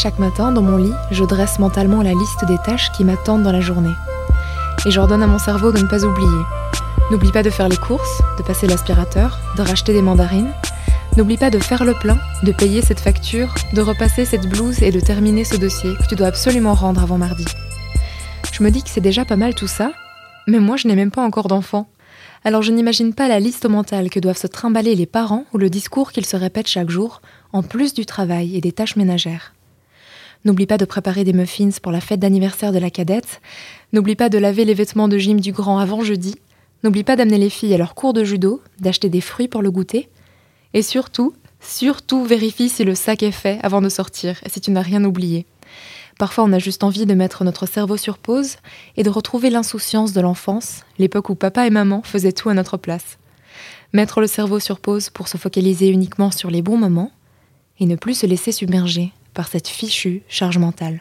Chaque matin, dans mon lit, je dresse mentalement la liste des tâches qui m'attendent dans la journée. Et j'ordonne à mon cerveau de ne pas oublier. N'oublie pas de faire les courses, de passer l'aspirateur, de racheter des mandarines. N'oublie pas de faire le plein, de payer cette facture, de repasser cette blouse et de terminer ce dossier que tu dois absolument rendre avant mardi. Je me dis que c'est déjà pas mal tout ça, mais moi je n'ai même pas encore d'enfant. Alors je n'imagine pas la liste mentale que doivent se trimballer les parents ou le discours qu'ils se répètent chaque jour, en plus du travail et des tâches ménagères. N'oublie pas de préparer des muffins pour la fête d'anniversaire de la cadette. N'oublie pas de laver les vêtements de gym du grand avant jeudi. N'oublie pas d'amener les filles à leur cours de judo, d'acheter des fruits pour le goûter. Et surtout vérifie si le sac est fait avant de sortir et si tu n'as rien oublié. Parfois, on a juste envie de mettre notre cerveau sur pause et de retrouver l'insouciance de l'enfance, l'époque où papa et maman faisaient tout à notre place. Mettre le cerveau sur pause pour se focaliser uniquement sur les bons moments et ne plus se laisser submerger par cette fichue charge mentale.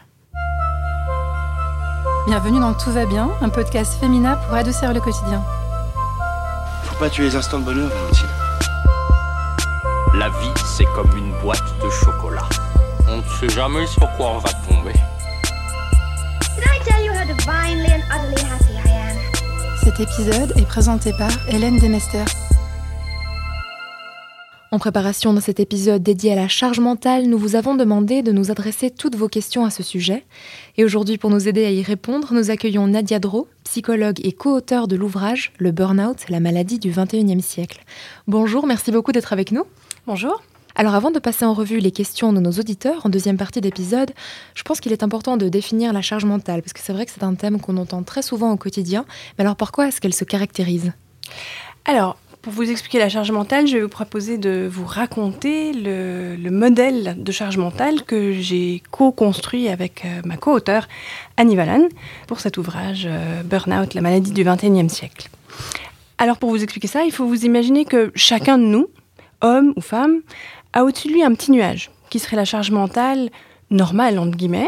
Bienvenue dans Tout va bien, un podcast féminin pour adoucir le quotidien. Faut pas tuer les instants de bonheur, Valentine. La vie, c'est comme une boîte de chocolat. On ne sait jamais sur quoi on va tomber. Did I tell you how divinely and utterly happy I am? Cet épisode est présenté par Hélène Demester. En préparation de cet épisode dédié à la charge mentale, nous vous avons demandé de nous adresser toutes vos questions à ce sujet. Et aujourd'hui, pour nous aider à y répondre, nous accueillons Nadia Dro, psychologue et co-auteure de l'ouvrage « Le burn-out, la maladie du XXIe siècle ». Bonjour, merci beaucoup d'être avec nous. Bonjour. Alors avant de passer en revue les questions de nos auditeurs en deuxième partie d'épisode, je pense qu'il est important de définir la charge mentale, parce que c'est vrai que c'est un thème qu'on entend très souvent au quotidien. Mais alors pourquoi est-ce qu'elle se caractérise ? Alors, pour vous expliquer la charge mentale, je vais vous proposer de vous raconter le modèle de charge mentale que j'ai co-construit avec ma co-auteure Annie Vallen pour cet ouvrage Burn-out, la maladie du XXIe siècle. Alors pour vous expliquer ça, il faut vous imaginer que chacun de nous, homme ou femme, a au-dessus de lui un petit nuage, qui serait la charge mentale normale, entre guillemets.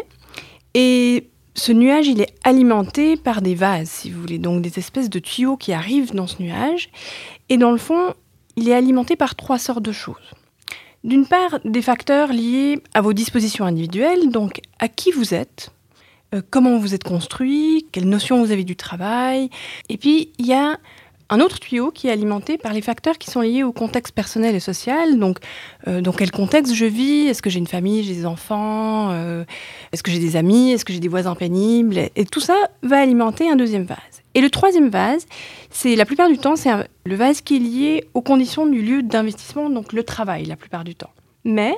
Et ce nuage, il est alimenté par des vases, si vous voulez, donc des espèces de tuyaux qui arrivent dans ce nuage. Et dans le fond, il est alimenté par 3 sortes de choses. D'une part, des facteurs liés à vos dispositions individuelles, donc à qui vous êtes, comment vous êtes construit, quelles notions vous avez du travail. Et puis, il y a un autre tuyau qui est alimenté par les facteurs qui sont liés au contexte personnel et social. Donc, dans quel contexte je vis ? Est-ce que j'ai une famille, j'ai des enfants ? Est-ce que j'ai des amis ? Est-ce que j'ai des voisins pénibles ? Et tout ça va alimenter un deuxième vase. Et le troisième vase, c'est la plupart du temps, le vase qui est lié aux conditions du lieu d'investissement, donc le travail la plupart du temps. Mais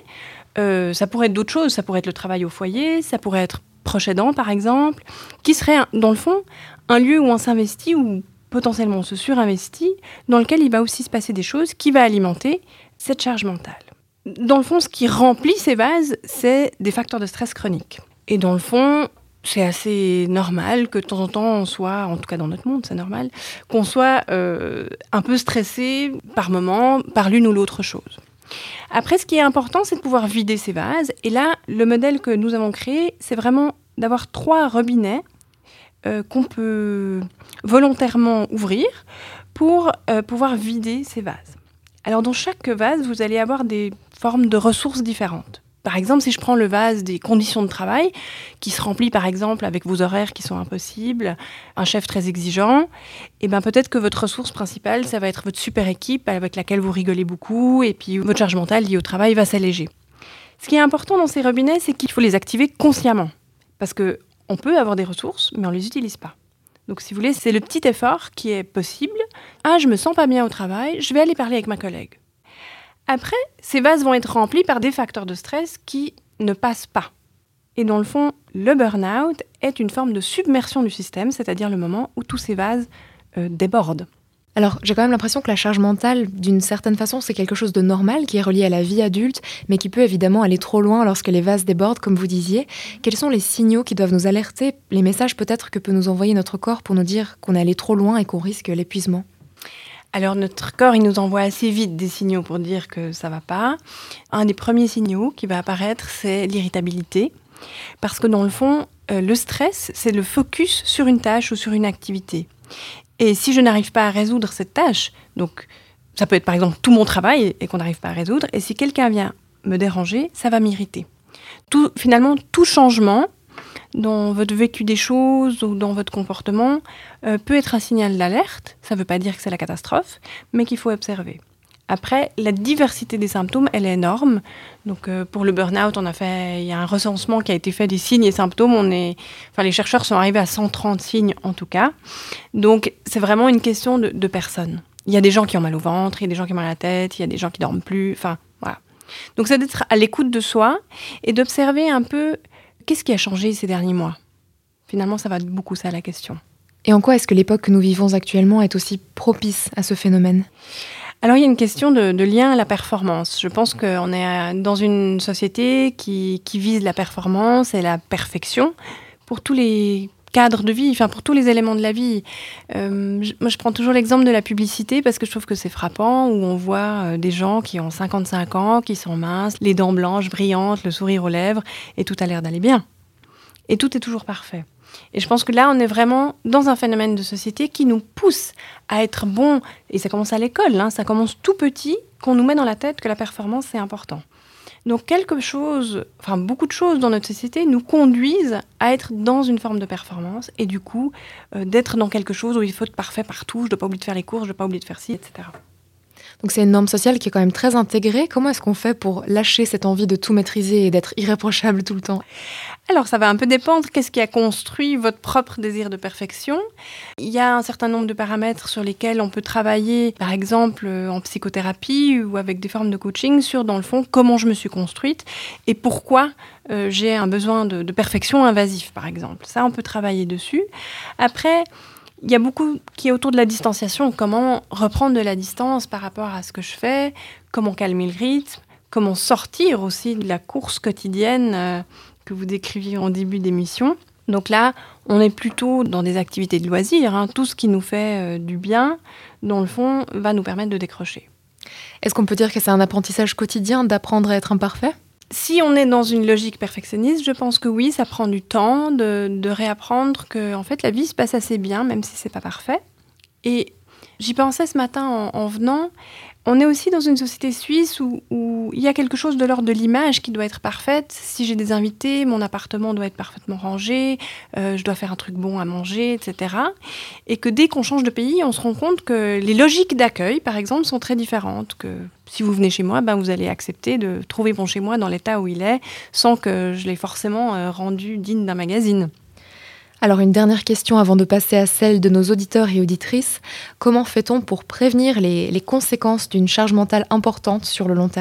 ça pourrait être d'autres choses. Ça pourrait être le travail au foyer, ça pourrait être proche aidant par exemple, qui serait dans le fond un lieu où on s'investit ou potentiellement on se surinvestit, dans lequel il va aussi se passer des choses qui va alimenter cette charge mentale. Dans le fond, ce qui remplit ces vases, c'est des facteurs de stress chroniques. Et dans le fond, c'est assez normal que de temps en temps on soit, en tout cas dans notre monde, c'est normal, qu'on soit un peu stressé par moment, par l'une ou l'autre chose. Après, ce qui est important, c'est de pouvoir vider ces vases. Et là, le modèle que nous avons créé, c'est vraiment d'avoir 3 robinets qu'on peut volontairement ouvrir pour pouvoir vider ces vases. Alors dans chaque vase, vous allez avoir des formes de ressources différentes. Par exemple, si je prends le vase des conditions de travail, qui se remplit par exemple avec vos horaires qui sont impossibles, un chef très exigeant, et bien peut-être que votre ressource principale, ça va être votre super équipe avec laquelle vous rigolez beaucoup, et puis votre charge mentale liée au travail va s'alléger. Ce qui est important dans ces robinets, c'est qu'il faut les activer consciemment. Parce que on peut avoir des ressources, mais on ne les utilise pas. Donc, si vous voulez, c'est le petit effort qui est possible. Ah, je me sens pas bien au travail, je vais aller parler avec ma collègue. Après, ces vases vont être remplis par des facteurs de stress qui ne passent pas. Et dans le fond, le burn-out est une forme de submersion du système, c'est-à-dire le moment où tous ces vases débordent. Alors, j'ai quand même l'impression que la charge mentale, d'une certaine façon, c'est quelque chose de normal, qui est relié à la vie adulte, mais qui peut évidemment aller trop loin lorsque les vases débordent, comme vous disiez. Quels sont les signaux qui doivent nous alerter, les messages peut-être que peut nous envoyer notre corps pour nous dire qu'on est allé trop loin et qu'on risque l'épuisement ? Alors, notre corps, il nous envoie assez vite des signaux pour dire que ça ne va pas. Un des premiers signaux qui va apparaître, c'est l'irritabilité. Parce que dans le fond, le stress, c'est le focus sur une tâche ou sur une activité. Et si je n'arrive pas à résoudre cette tâche, donc ça peut être par exemple tout mon travail et qu'on n'arrive pas à résoudre, et si quelqu'un vient me déranger, ça va m'irriter. Finalement, tout changement dans votre vécu des choses ou dans votre comportement peut être un signal d'alerte. Ça ne veut pas dire que c'est la catastrophe, mais qu'il faut observer. Après, la diversité des symptômes, elle est énorme. Donc, pour le burn-out, il y a un recensement qui a été fait des signes et symptômes. Les chercheurs sont arrivés à 130 signes en tout cas. Donc, c'est vraiment une question de personnes. Il y a des gens qui ont mal au ventre, il y a des gens qui ont mal à la tête, il y a des gens qui dorment plus. Enfin, voilà. Donc, c'est d'être à l'écoute de soi et d'observer un peu qu'est-ce qui a changé ces derniers mois. Finalement, ça va être beaucoup ça la question. Et en quoi est-ce que l'époque que nous vivons actuellement est aussi propice à ce phénomène ? Alors, il y a une question de lien à la performance. Je pense qu'on est dans une société qui vise la performance et la perfection pour tous les cadres de vie, pour tous les éléments de la vie. Moi, je prends toujours l'exemple de la publicité parce que je trouve que c'est frappant, où on voit des gens qui ont 55 ans, qui sont minces, les dents blanches, brillantes, le sourire aux lèvres, et tout a l'air d'aller bien. Et tout est toujours parfait. Et je pense que là, on est vraiment dans un phénomène de société qui nous pousse à être bon. Et ça commence à l'école, ça commence tout petit, qu'on nous met dans la tête que la performance, c'est important. Donc beaucoup de choses dans notre société nous conduisent à être dans une forme de performance et du coup, d'être dans quelque chose où il faut être parfait partout, je ne dois pas oublier de faire les courses, je ne dois pas oublier de faire ci, etc. Donc c'est une norme sociale qui est quand même très intégrée. Comment est-ce qu'on fait pour lâcher cette envie de tout maîtriser et d'être irréprochable tout le temps ? Alors ça va un peu dépendre qu'est-ce qui a construit votre propre désir de perfection. Il y a un certain nombre de paramètres sur lesquels on peut travailler, par exemple en psychothérapie ou avec des formes de coaching, sur dans le fond comment je me suis construite et pourquoi j'ai un besoin de perfection invasif, par exemple. Ça, on peut travailler dessus. Après, il y a beaucoup qui est autour de la distanciation. Comment reprendre de la distance par rapport à ce que je fais, comment calmer le rythme, comment sortir aussi de la course quotidienne que vous décriviez en début d'émission. Donc là, on est plutôt dans des activités de loisirs. Tout ce qui nous fait du bien, dans le fond, va nous permettre de décrocher. Est-ce qu'on peut dire que c'est un apprentissage quotidien d'apprendre à être imparfait ? Si on est dans une logique perfectionniste, je pense que oui, ça prend du temps de réapprendre que en fait, la vie se passe assez bien, même si c'est pas parfait. Et j'y pensais ce matin en venant. On est aussi dans une société suisse où il y a quelque chose de l'ordre de l'image qui doit être parfaite. Si j'ai des invités, mon appartement doit être parfaitement rangé, je dois faire un truc bon à manger, etc. Et que dès qu'on change de pays, on se rend compte que les logiques d'accueil, par exemple, sont très différentes. Que si vous venez chez moi, vous allez accepter de trouver mon chez moi dans l'état où il est, sans que je l'ai forcément rendu digne d'un magazine. Alors une dernière question avant de passer à celle de nos auditeurs et auditrices. Comment fait-on pour prévenir les conséquences d'une charge mentale importante sur le long terme ?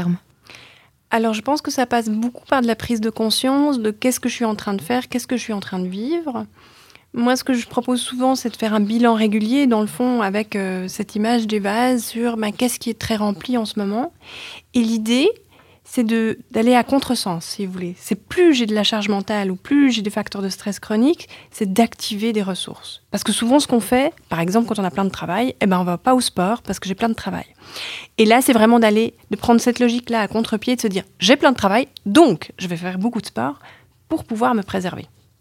Alors je pense que ça passe beaucoup par de la prise de conscience de qu'est-ce que je suis en train de faire, qu'est-ce que je suis en train de vivre. Moi, ce que je propose souvent, c'est de faire un bilan régulier, dans le fond, avec cette image des vases sur qu'est-ce qui est très rempli en ce moment. Et l'idée, c'est d'aller à contresens, si vous voulez. C'est plus j'ai de la charge mentale ou plus j'ai des facteurs de stress chroniques, c'est d'activer des ressources. Parce que souvent, ce qu'on fait, par exemple, quand on a plein de travail, on va pas au sport parce que j'ai plein de travail. Et là, c'est vraiment de prendre cette logique-là à contre-pied, de se dire, j'ai plein de travail, donc je vais faire beaucoup de sport pour pouvoir me préserver.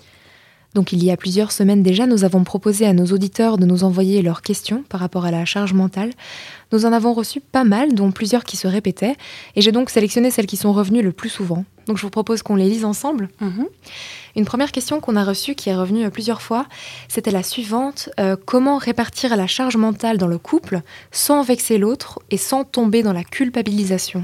Donc il y a plusieurs semaines déjà, nous avons proposé à nos auditeurs de nous envoyer leurs questions par rapport à la charge mentale. Nous en avons reçu pas mal, dont plusieurs qui se répétaient, et j'ai donc sélectionné celles qui sont revenues le plus souvent. Donc je vous propose qu'on les lise ensemble. Une première question qu'on a reçue, qui est revenue plusieurs fois, c'était la suivante. Comment répartir la charge mentale dans le couple sans vexer l'autre et sans tomber dans la culpabilisation ?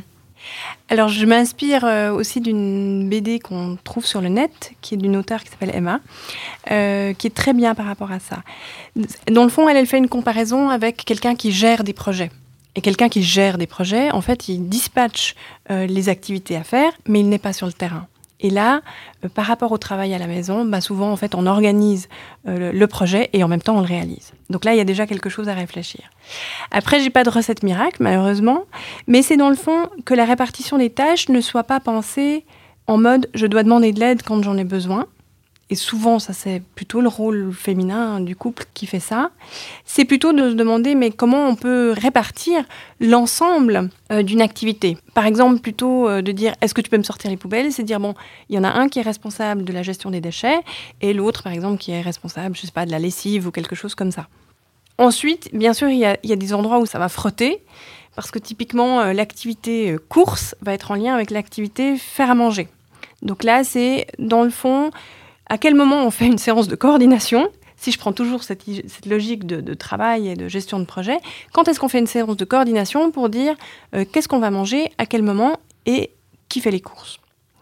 Alors, je m'inspire aussi d'une BD qu'on trouve sur le net, qui est d'une auteure qui s'appelle Emma, qui est très bien par rapport à ça. Dans le fond, elle fait une comparaison avec quelqu'un qui gère des projets. Et quelqu'un qui gère des projets, en fait, il dispatche les activités à faire, mais il n'est pas sur le terrain. Et là, par rapport au travail à la maison, souvent, en fait, on organise le projet et en même temps, on le réalise. Donc là, il y a déjà quelque chose à réfléchir. Après, j'ai pas de recette miracle, malheureusement, mais c'est dans le fond que la répartition des tâches ne soit pas pensée en mode « je dois demander de l'aide quand j'en ai besoin ». Et souvent, ça c'est plutôt le rôle féminin du couple qui fait ça. C'est plutôt de se demander mais comment on peut répartir l'ensemble d'une activité. Par exemple, plutôt de dire est-ce que tu peux me sortir les poubelles ? C'est dire bon, il y en a un qui est responsable de la gestion des déchets et l'autre, par exemple, qui est responsable, je sais pas, de la lessive ou quelque chose comme ça. Ensuite, bien sûr, il y a des endroits où ça va frotter parce que typiquement, l'activité course va être en lien avec l'activité faire à manger. Donc là, c'est dans le fond, à quel moment on fait une séance de coordination ? Si je prends toujours cette logique de travail et de gestion de projet, quand est-ce qu'on fait une séance de coordination pour dire qu'est-ce qu'on va manger, à quel moment et qui fait les courses ?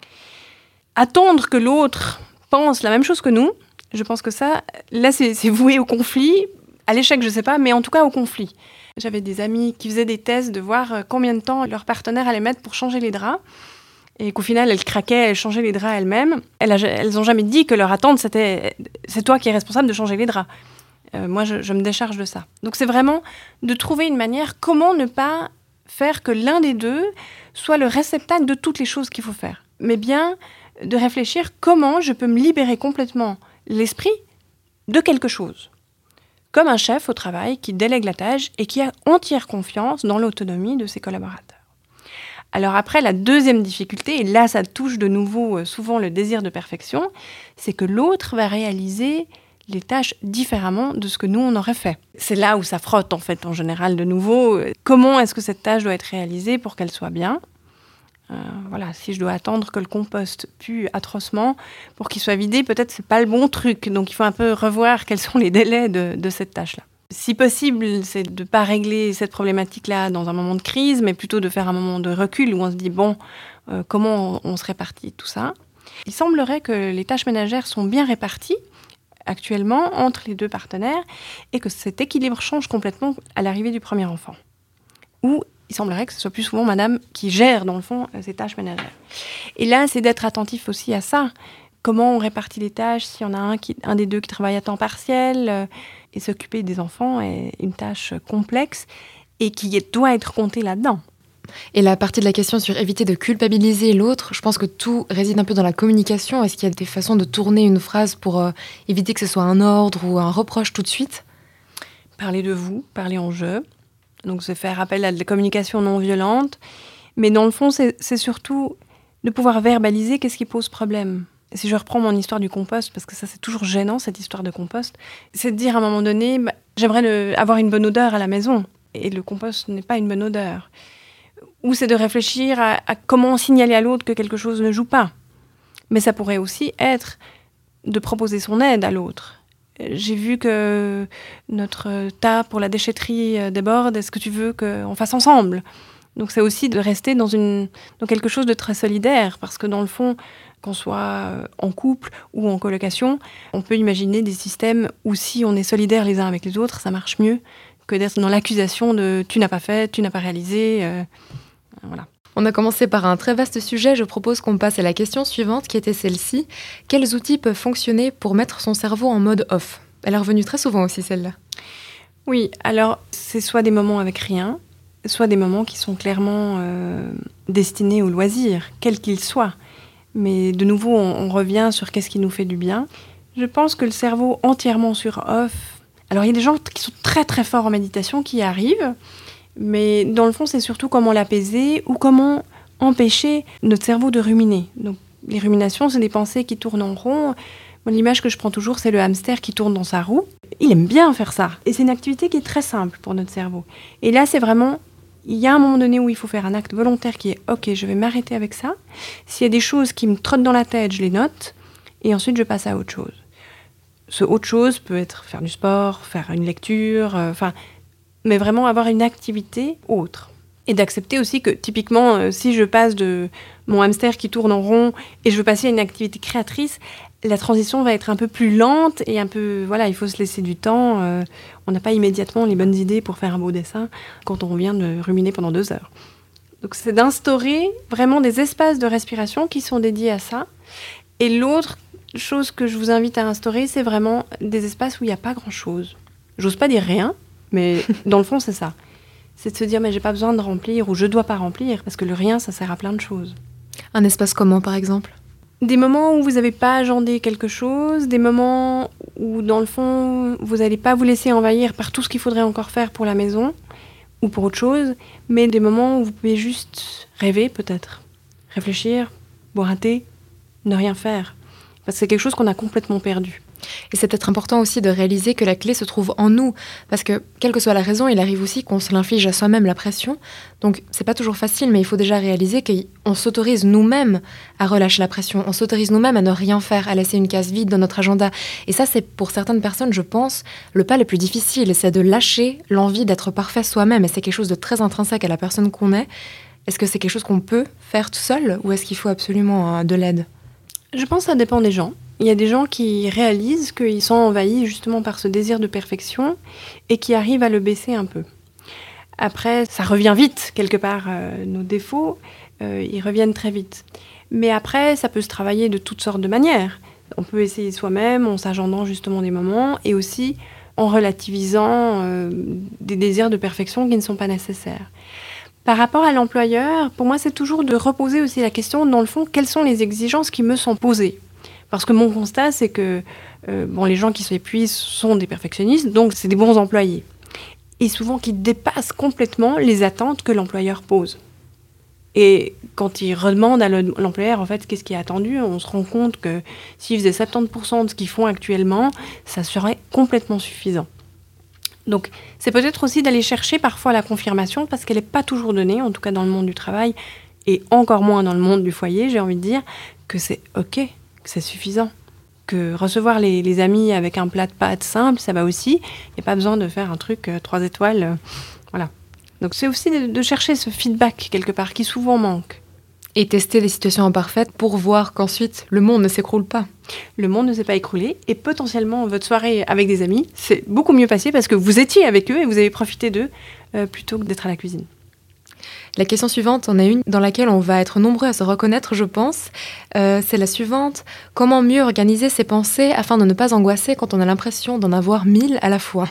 Attendre que l'autre pense la même chose que nous, je pense que ça, là, c'est voué au conflit, à l'échec, je ne sais pas, mais en tout cas au conflit. J'avais des amis qui faisaient des tests de voir combien de temps leur partenaire allait mettre pour changer les draps. Et qu'au final, elles craquaient, elles changeaient les draps elles-mêmes. Elles n'ont jamais dit que leur attente, c'était « c'est toi qui es responsable de changer les draps ». Moi, je me décharge de ça. Donc, c'est vraiment de trouver une manière, comment ne pas faire que l'un des deux soit le réceptacle de toutes les choses qu'il faut faire. Mais bien de réfléchir comment je peux me libérer complètement l'esprit de quelque chose. Comme un chef au travail qui délègue la tâche et qui a entière confiance dans l'autonomie de ses collaborateurs. Alors après, la deuxième difficulté, et là ça touche de nouveau souvent le désir de perfection, c'est que l'autre va réaliser les tâches différemment de ce que nous on aurait fait. C'est là où ça frotte en fait en général de nouveau. Comment est-ce que cette tâche doit être réalisée pour qu'elle soit bien ? Voilà, si je dois attendre que le compost pue atrocement pour qu'il soit vidé, peut-être c'est pas le bon truc. Donc il faut un peu revoir quels sont les délais de cette tâche-là. Si possible, c'est de ne pas régler cette problématique-là dans un moment de crise, mais plutôt de faire un moment de recul où on se dit, comment on se répartit tout ça ? Il semblerait que les tâches ménagères sont bien réparties actuellement entre les deux partenaires et que cet équilibre change complètement à l'arrivée du premier enfant. Où il semblerait que ce soit plus souvent madame qui gère, dans le fond, ces tâches ménagères. Et là, c'est d'être attentif aussi à ça. Comment on répartit les tâches, s'il y en a un des deux qui travaille à temps partiel, et s'occuper des enfants est une tâche complexe et qui doit être comptée là-dedans. Et la partie de la question sur éviter de culpabiliser l'autre, je pense que tout réside un peu dans la communication. Est-ce qu'il y a des façons de tourner une phrase pour éviter que ce soit un ordre ou un reproche tout de suite ? Parler de vous, parler en jeu. Donc c'est faire appel à de la communication non violente. Mais dans le fond, c'est surtout de pouvoir verbaliser qu'est-ce qui pose problème. Si je reprends mon histoire du compost, parce que ça c'est toujours gênant, cette histoire de compost, c'est de dire à un moment donné, j'aimerais avoir une bonne odeur à la maison, et le compost n'est pas une bonne odeur. Ou c'est de réfléchir à comment signaler à l'autre que quelque chose ne joue pas. Mais ça pourrait aussi être de proposer son aide à l'autre. J'ai vu que notre tas pour la déchetterie déborde, est-ce que tu veux qu'on fasse ensemble ? Donc c'est aussi de rester dans quelque chose de très solidaire, parce que dans le fond, qu'on soit en couple ou en colocation, on peut imaginer des systèmes où si on est solidaires les uns avec les autres, ça marche mieux que d'être dans l'accusation de « tu n'as pas fait, tu n'as pas réalisé ». Voilà. On a commencé par un très vaste sujet, je propose qu'on passe à la question suivante qui était celle-ci. Quels outils peuvent fonctionner pour mettre son cerveau en mode off ? Elle est revenue très souvent aussi celle-là. Oui, alors c'est soit des moments avec rien, soit des moments qui sont clairement destinés au loisir, quel qu'il soit. Mais de nouveau, on revient sur qu'est-ce qui nous fait du bien. Je pense que le cerveau entièrement sur off... Alors, il y a des gens qui sont très très forts en méditation qui y arrivent, mais dans le fond, c'est surtout comment l'apaiser ou comment empêcher notre cerveau de ruminer. Donc, les ruminations, c'est des pensées qui tournent en rond. Moi, l'image que je prends toujours, c'est le hamster qui tourne dans sa roue. Il aime bien faire ça. Et c'est une activité qui est très simple pour notre cerveau. Et là, c'est vraiment... Il y a un moment donné où il faut faire un acte volontaire qui est « Ok, je vais m'arrêter avec ça. S'il y a des choses qui me trottent dans la tête, je les note. Et ensuite, je passe à autre chose. » Ce autre chose peut être faire du sport, faire une lecture, mais vraiment avoir une activité autre. Et d'accepter aussi que, typiquement, si je passe de mon hamster qui tourne en rond et je veux passer à une activité créatrice, la transition va être un peu plus lente et un peu... Voilà, il faut se laisser du temps. On n'a pas immédiatement les bonnes idées pour faire un beau dessin quand on vient de ruminer pendant 2 heures. Donc c'est d'instaurer vraiment des espaces de respiration qui sont dédiés à ça. Et l'autre chose que je vous invite à instaurer, c'est vraiment des espaces où il n'y a pas grand-chose. J'ose pas dire rien, mais dans le fond, c'est ça. C'est de se dire, mais j'ai pas besoin de remplir ou je dois pas remplir, parce que le rien, ça sert à plein de choses. Un espace comment, par exemple ? Des moments où vous n'avez pas agendé quelque chose, des moments où, dans le fond, vous n'allez pas vous laisser envahir par tout ce qu'il faudrait encore faire pour la maison ou pour autre chose, mais des moments où vous pouvez juste rêver, peut-être. Réfléchir, boire un thé, ne rien faire. Parce que c'est quelque chose qu'on a complètement perdu. Et c'est peut-être important aussi de réaliser que la clé se trouve en nous, parce que, quelle que soit la raison, il arrive aussi qu'on se l'inflige à soi-même la pression. Donc, c'est pas toujours facile, mais il faut déjà réaliser qu'on s'autorise nous-mêmes à relâcher la pression, on s'autorise nous-mêmes à ne rien faire, à laisser une case vide dans notre agenda. Et ça, c'est pour certaines personnes, je pense, le pas le plus difficile, c'est de lâcher l'envie d'être parfait soi-même, et c'est quelque chose de très intrinsèque à la personne qu'on est. Est-ce que c'est quelque chose qu'on peut faire tout seul, ou est-ce qu'il faut absolument de l'aide ? Je pense que ça dépend des gens. Il y a des gens qui réalisent qu'ils sont envahis justement par ce désir de perfection et qui arrivent à le baisser un peu. Après, ça revient vite, quelque part, nos défauts, ils reviennent très vite. Mais après, ça peut se travailler de toutes sortes de manières. On peut essayer soi-même, en s'agendant justement des moments, et aussi en relativisant des désirs de perfection qui ne sont pas nécessaires. Par rapport à l'employeur, pour moi, c'est toujours de reposer aussi la question, dans le fond, quelles sont les exigences qui me sont posées ? Parce que mon constat, c'est que les gens qui s'épuisent sont des perfectionnistes, donc c'est des bons employés. Et souvent qui dépassent complètement les attentes que l'employeur pose. Et quand ils redemandent à l'employeur, en fait, qu'est-ce qui est attendu, on se rend compte que s'ils faisaient 70% de ce qu'ils font actuellement, ça serait complètement suffisant. Donc, c'est peut-être aussi d'aller chercher parfois la confirmation, parce qu'elle n'est pas toujours donnée, en tout cas dans le monde du travail, et encore moins dans le monde du foyer, j'ai envie de dire, que c'est OK, que c'est suffisant. Que recevoir les amis avec un plat de pâtes simple, ça va aussi. Il n'y a pas besoin de faire un truc 3 étoiles. Voilà. Donc c'est aussi de chercher ce feedback quelque part qui souvent manque. Et tester des situations imparfaites pour voir qu'ensuite le monde ne s'écroule pas. Le monde ne s'est pas écroulé et potentiellement votre soirée avec des amis, c'est beaucoup mieux passé parce que vous étiez avec eux et vous avez profité d'eux plutôt que d'être à la cuisine. La question suivante en est une dans laquelle on va être nombreux à se reconnaître, je pense. C'est la suivante. Comment mieux organiser ses pensées afin de ne pas angoisser quand on a l'impression d'en avoir 1000 à la fois ?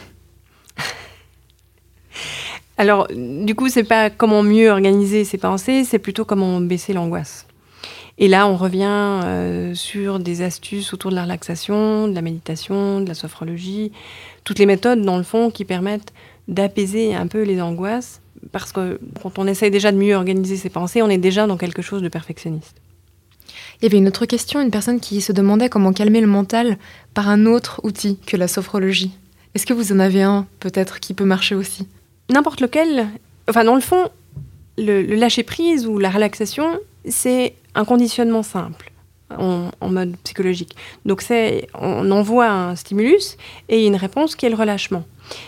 Alors, du coup, c'est pas comment mieux organiser ses pensées, c'est plutôt comment baisser l'angoisse. Et là, on revient sur des astuces autour de la relaxation, de la méditation, de la sophrologie, toutes les méthodes, dans le fond, qui permettent d'apaiser un peu les angoisses. Parce que quand on essaye déjà de mieux organiser ses pensées, on est déjà dans quelque chose de perfectionniste. Il y avait une autre question, une personne qui se demandait comment calmer le mental par un autre outil que la sophrologie. Est-ce que vous en avez un, peut-être, qui peut marcher aussi ? N'importe lequel. Enfin, dans le fond, le lâcher-prise ou la relaxation, c'est un conditionnement simple en mode psychologique. Donc, on envoie un stimulus et une réponse qui est le relâchement.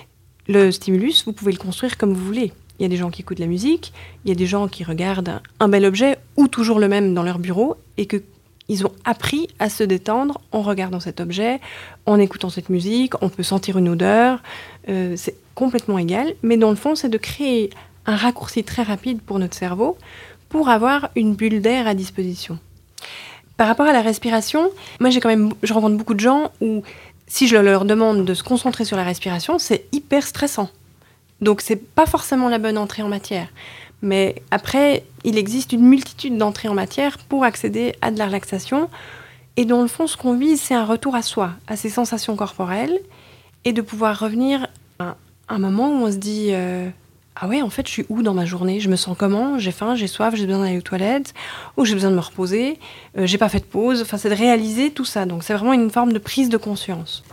Le stimulus, vous pouvez le construire comme vous voulez. Il y a des gens qui écoutent la musique, il y a des gens qui regardent un bel objet ou toujours le même dans leur bureau et qu'ils ont appris à se détendre en regardant cet objet, en écoutant cette musique, on peut sentir une odeur, c'est complètement égal. Mais dans le fond, c'est de créer un raccourci très rapide pour notre cerveau pour avoir une bulle d'air à disposition. Par rapport à la respiration, moi je rencontre beaucoup de gens où si je leur demande de se concentrer sur la respiration, c'est hyper stressant. Donc, c'est pas forcément la bonne entrée en matière. Mais après, il existe une multitude d'entrées en matière pour accéder à de la relaxation. Et dans le fond, ce qu'on vise, c'est un retour à soi, à ses sensations corporelles, et de pouvoir revenir à un moment où on se dit ah ouais, en fait, je suis où dans ma journée ? Je me sens comment ? J'ai faim, j'ai soif, j'ai besoin d'aller aux toilettes, ou j'ai besoin de me reposer, j'ai pas fait de pause. Enfin, c'est de réaliser tout ça. Donc, c'est vraiment une forme de prise de conscience.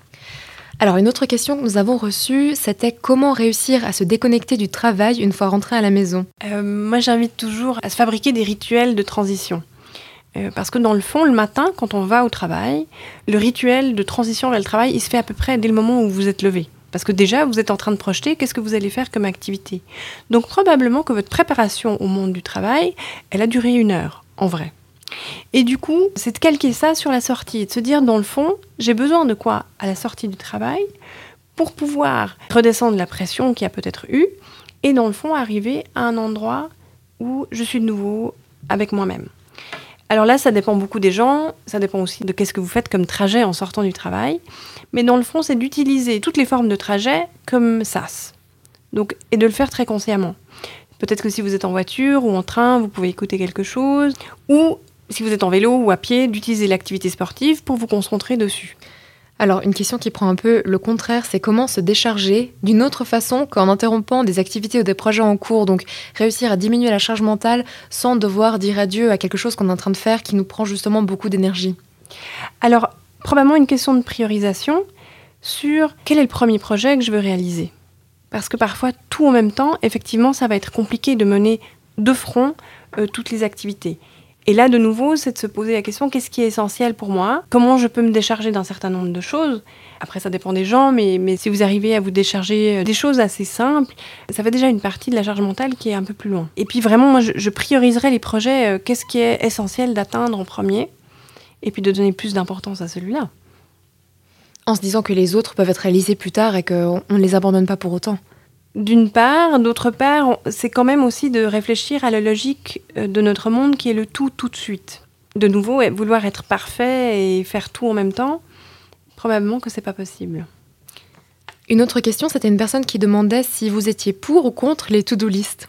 Alors, une autre question que nous avons reçue, c'était comment réussir à se déconnecter du travail une fois rentré à la maison ? Moi, j'invite toujours à se fabriquer des rituels de transition. Parce que dans le fond, le matin, quand on va au travail, le rituel de transition vers le travail, il se fait à peu près dès le moment où vous êtes levé. Parce que déjà, vous êtes en train de projeter qu'est-ce que vous allez faire comme activité. Donc, probablement que votre préparation au monde du travail, elle a duré 1 heure, en vrai. Et du coup, c'est de calquer ça sur la sortie et de se dire, dans le fond, j'ai besoin de quoi à la sortie du travail pour pouvoir redescendre la pression qu'il y a peut-être eu et dans le fond, arriver à un endroit où je suis de nouveau avec moi-même. Alors là, ça dépend beaucoup des gens, ça dépend aussi de qu'est-ce que vous faites comme trajet en sortant du travail. Mais dans le fond, c'est d'utiliser toutes les formes de trajet comme sas. Donc, et de le faire très consciemment. Peut-être que si vous êtes en voiture ou en train, vous pouvez écouter quelque chose ou si vous êtes en vélo ou à pied, d'utiliser l'activité sportive pour vous concentrer dessus. Alors, une question qui prend un peu le contraire, c'est comment se décharger d'une autre façon qu'en interrompant des activités ou des projets en cours. Donc, réussir à diminuer la charge mentale sans devoir dire adieu à quelque chose qu'on est en train de faire qui nous prend justement beaucoup d'énergie. Alors, probablement une question de priorisation sur quel est le premier projet que je veux réaliser. Parce que parfois, tout en même temps, effectivement, ça va être compliqué de mener de front toutes les activités. Et là, de nouveau, c'est de se poser la question, qu'est-ce qui est essentiel pour moi ? Comment je peux me décharger d'un certain nombre de choses ? Après, ça dépend des gens, mais si vous arrivez à vous décharger des choses assez simples, ça fait déjà une partie de la charge mentale qui est un peu plus loin. Et puis vraiment, moi, je prioriserai les projets, qu'est-ce qui est essentiel d'atteindre en premier, et puis de donner plus d'importance à celui-là. En se disant que les autres peuvent être réalisés plus tard et qu'on ne les abandonne pas pour autant. D'une part, d'autre part, c'est quand même aussi de réfléchir à la logique de notre monde qui est le tout de suite. De nouveau, vouloir être parfait et faire tout en même temps, probablement que c'est pas possible. Une autre question, c'était une personne qui demandait si vous étiez pour ou contre les to-do list.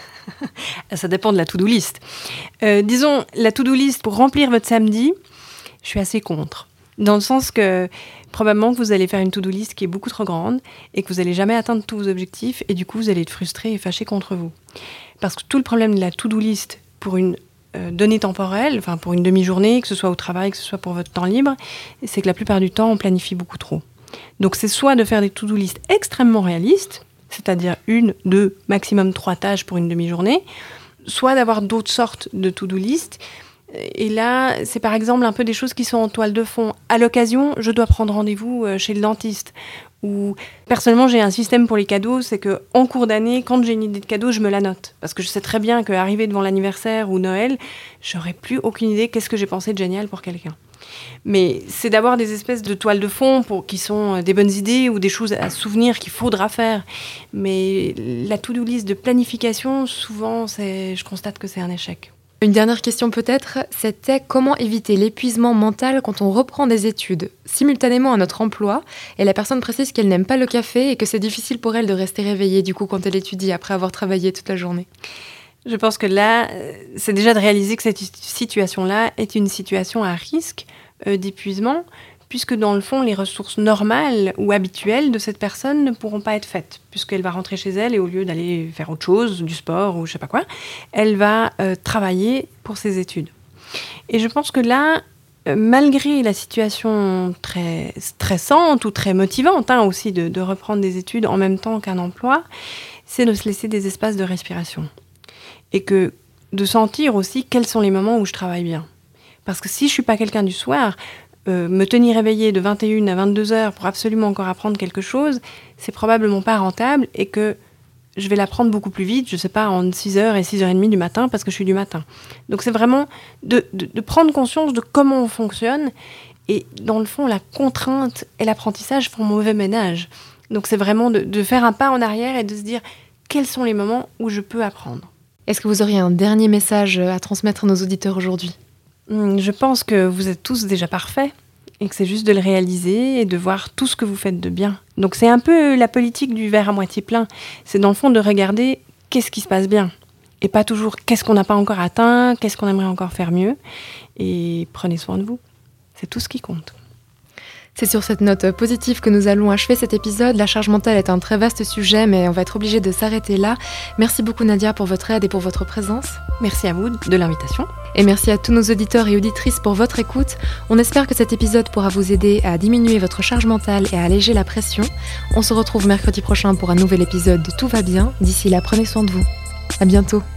Ça dépend de la to-do list. Disons, la to-do list pour remplir votre samedi, je suis assez contre. Dans le sens que probablement que vous allez faire une to-do list qui est beaucoup trop grande et que vous n'allez jamais atteindre tous vos objectifs et du coup vous allez être frustré et fâché contre vous. Parce que tout le problème de la to-do list pour une donnée temporelle, enfin pour une demi-journée, que ce soit au travail, que ce soit pour votre temps libre, c'est que la plupart du temps on planifie beaucoup trop. Donc c'est soit de faire des to-do list extrêmement réalistes, c'est-à-dire 1, 2, maximum 3 tâches pour une demi-journée, soit d'avoir d'autres sortes de to-do list. Et là, c'est par exemple un peu des choses qui sont en toile de fond. À l'occasion, je dois prendre rendez-vous chez le dentiste. Ou personnellement, j'ai un système pour les cadeaux, c'est qu'en cours d'année, quand j'ai une idée de cadeau, je me la note. Parce que je sais très bien qu'arrivé devant l'anniversaire ou Noël, j'aurais plus aucune idée qu'est-ce que j'ai pensé de génial pour quelqu'un. Mais c'est d'avoir des espèces de toiles de fond qui sont des bonnes idées ou des choses à souvenir qu'il faudra faire. Mais la to-do list de planification, souvent, je constate que c'est un échec. Une dernière question peut-être, c'était comment éviter l'épuisement mental quand on reprend des études simultanément à notre emploi et la personne précise qu'elle n'aime pas le café et que c'est difficile pour elle de rester réveillée du coup quand elle étudie après avoir travaillé toute la journée. Je pense que là, c'est déjà de réaliser que cette situation-là est une situation à risque d'épuisement puisque dans le fond, les ressources normales ou habituelles de cette personne ne pourront pas être faites, puisqu'elle va rentrer chez elle et au lieu d'aller faire autre chose, du sport ou je sais pas quoi, elle va travailler pour ses études. Et je pense que là, malgré la situation très stressante ou très motivante aussi de reprendre des études en même temps qu'un emploi, c'est de se laisser des espaces de respiration. Et que de sentir aussi quels sont les moments où je travaille bien. Parce que si je suis pas quelqu'un du soir, me tenir éveillée de 21 à 22 heures pour absolument encore apprendre quelque chose, c'est probablement pas rentable et que je vais l'apprendre beaucoup plus vite, je sais pas, en 6h et 6h30 du matin parce que je suis du matin. Donc c'est vraiment de prendre conscience de comment on fonctionne et dans le fond, la contrainte et l'apprentissage font mauvais ménage. Donc c'est vraiment de faire un pas en arrière et de se dire quels sont les moments où je peux apprendre. Est-ce que vous auriez un dernier message à transmettre à nos auditeurs aujourd'hui ? Je pense que vous êtes tous déjà parfaits et que c'est juste de le réaliser et de voir tout ce que vous faites de bien. Donc c'est un peu la politique du verre à moitié plein. C'est dans le fond de regarder qu'est-ce qui se passe bien et pas toujours qu'est-ce qu'on n'a pas encore atteint, qu'est-ce qu'on aimerait encore faire mieux. Et prenez soin de vous. C'est tout ce qui compte. C'est sur cette note positive que nous allons achever cet épisode. La charge mentale est un très vaste sujet, mais on va être obligé de s'arrêter là. Merci beaucoup Nadia pour votre aide et pour votre présence. Merci à vous de l'invitation. Et merci à tous nos auditeurs et auditrices pour votre écoute. On espère que cet épisode pourra vous aider à diminuer votre charge mentale et à alléger la pression. On se retrouve mercredi prochain pour un nouvel épisode de Tout va bien. D'ici là, prenez soin de vous. À bientôt.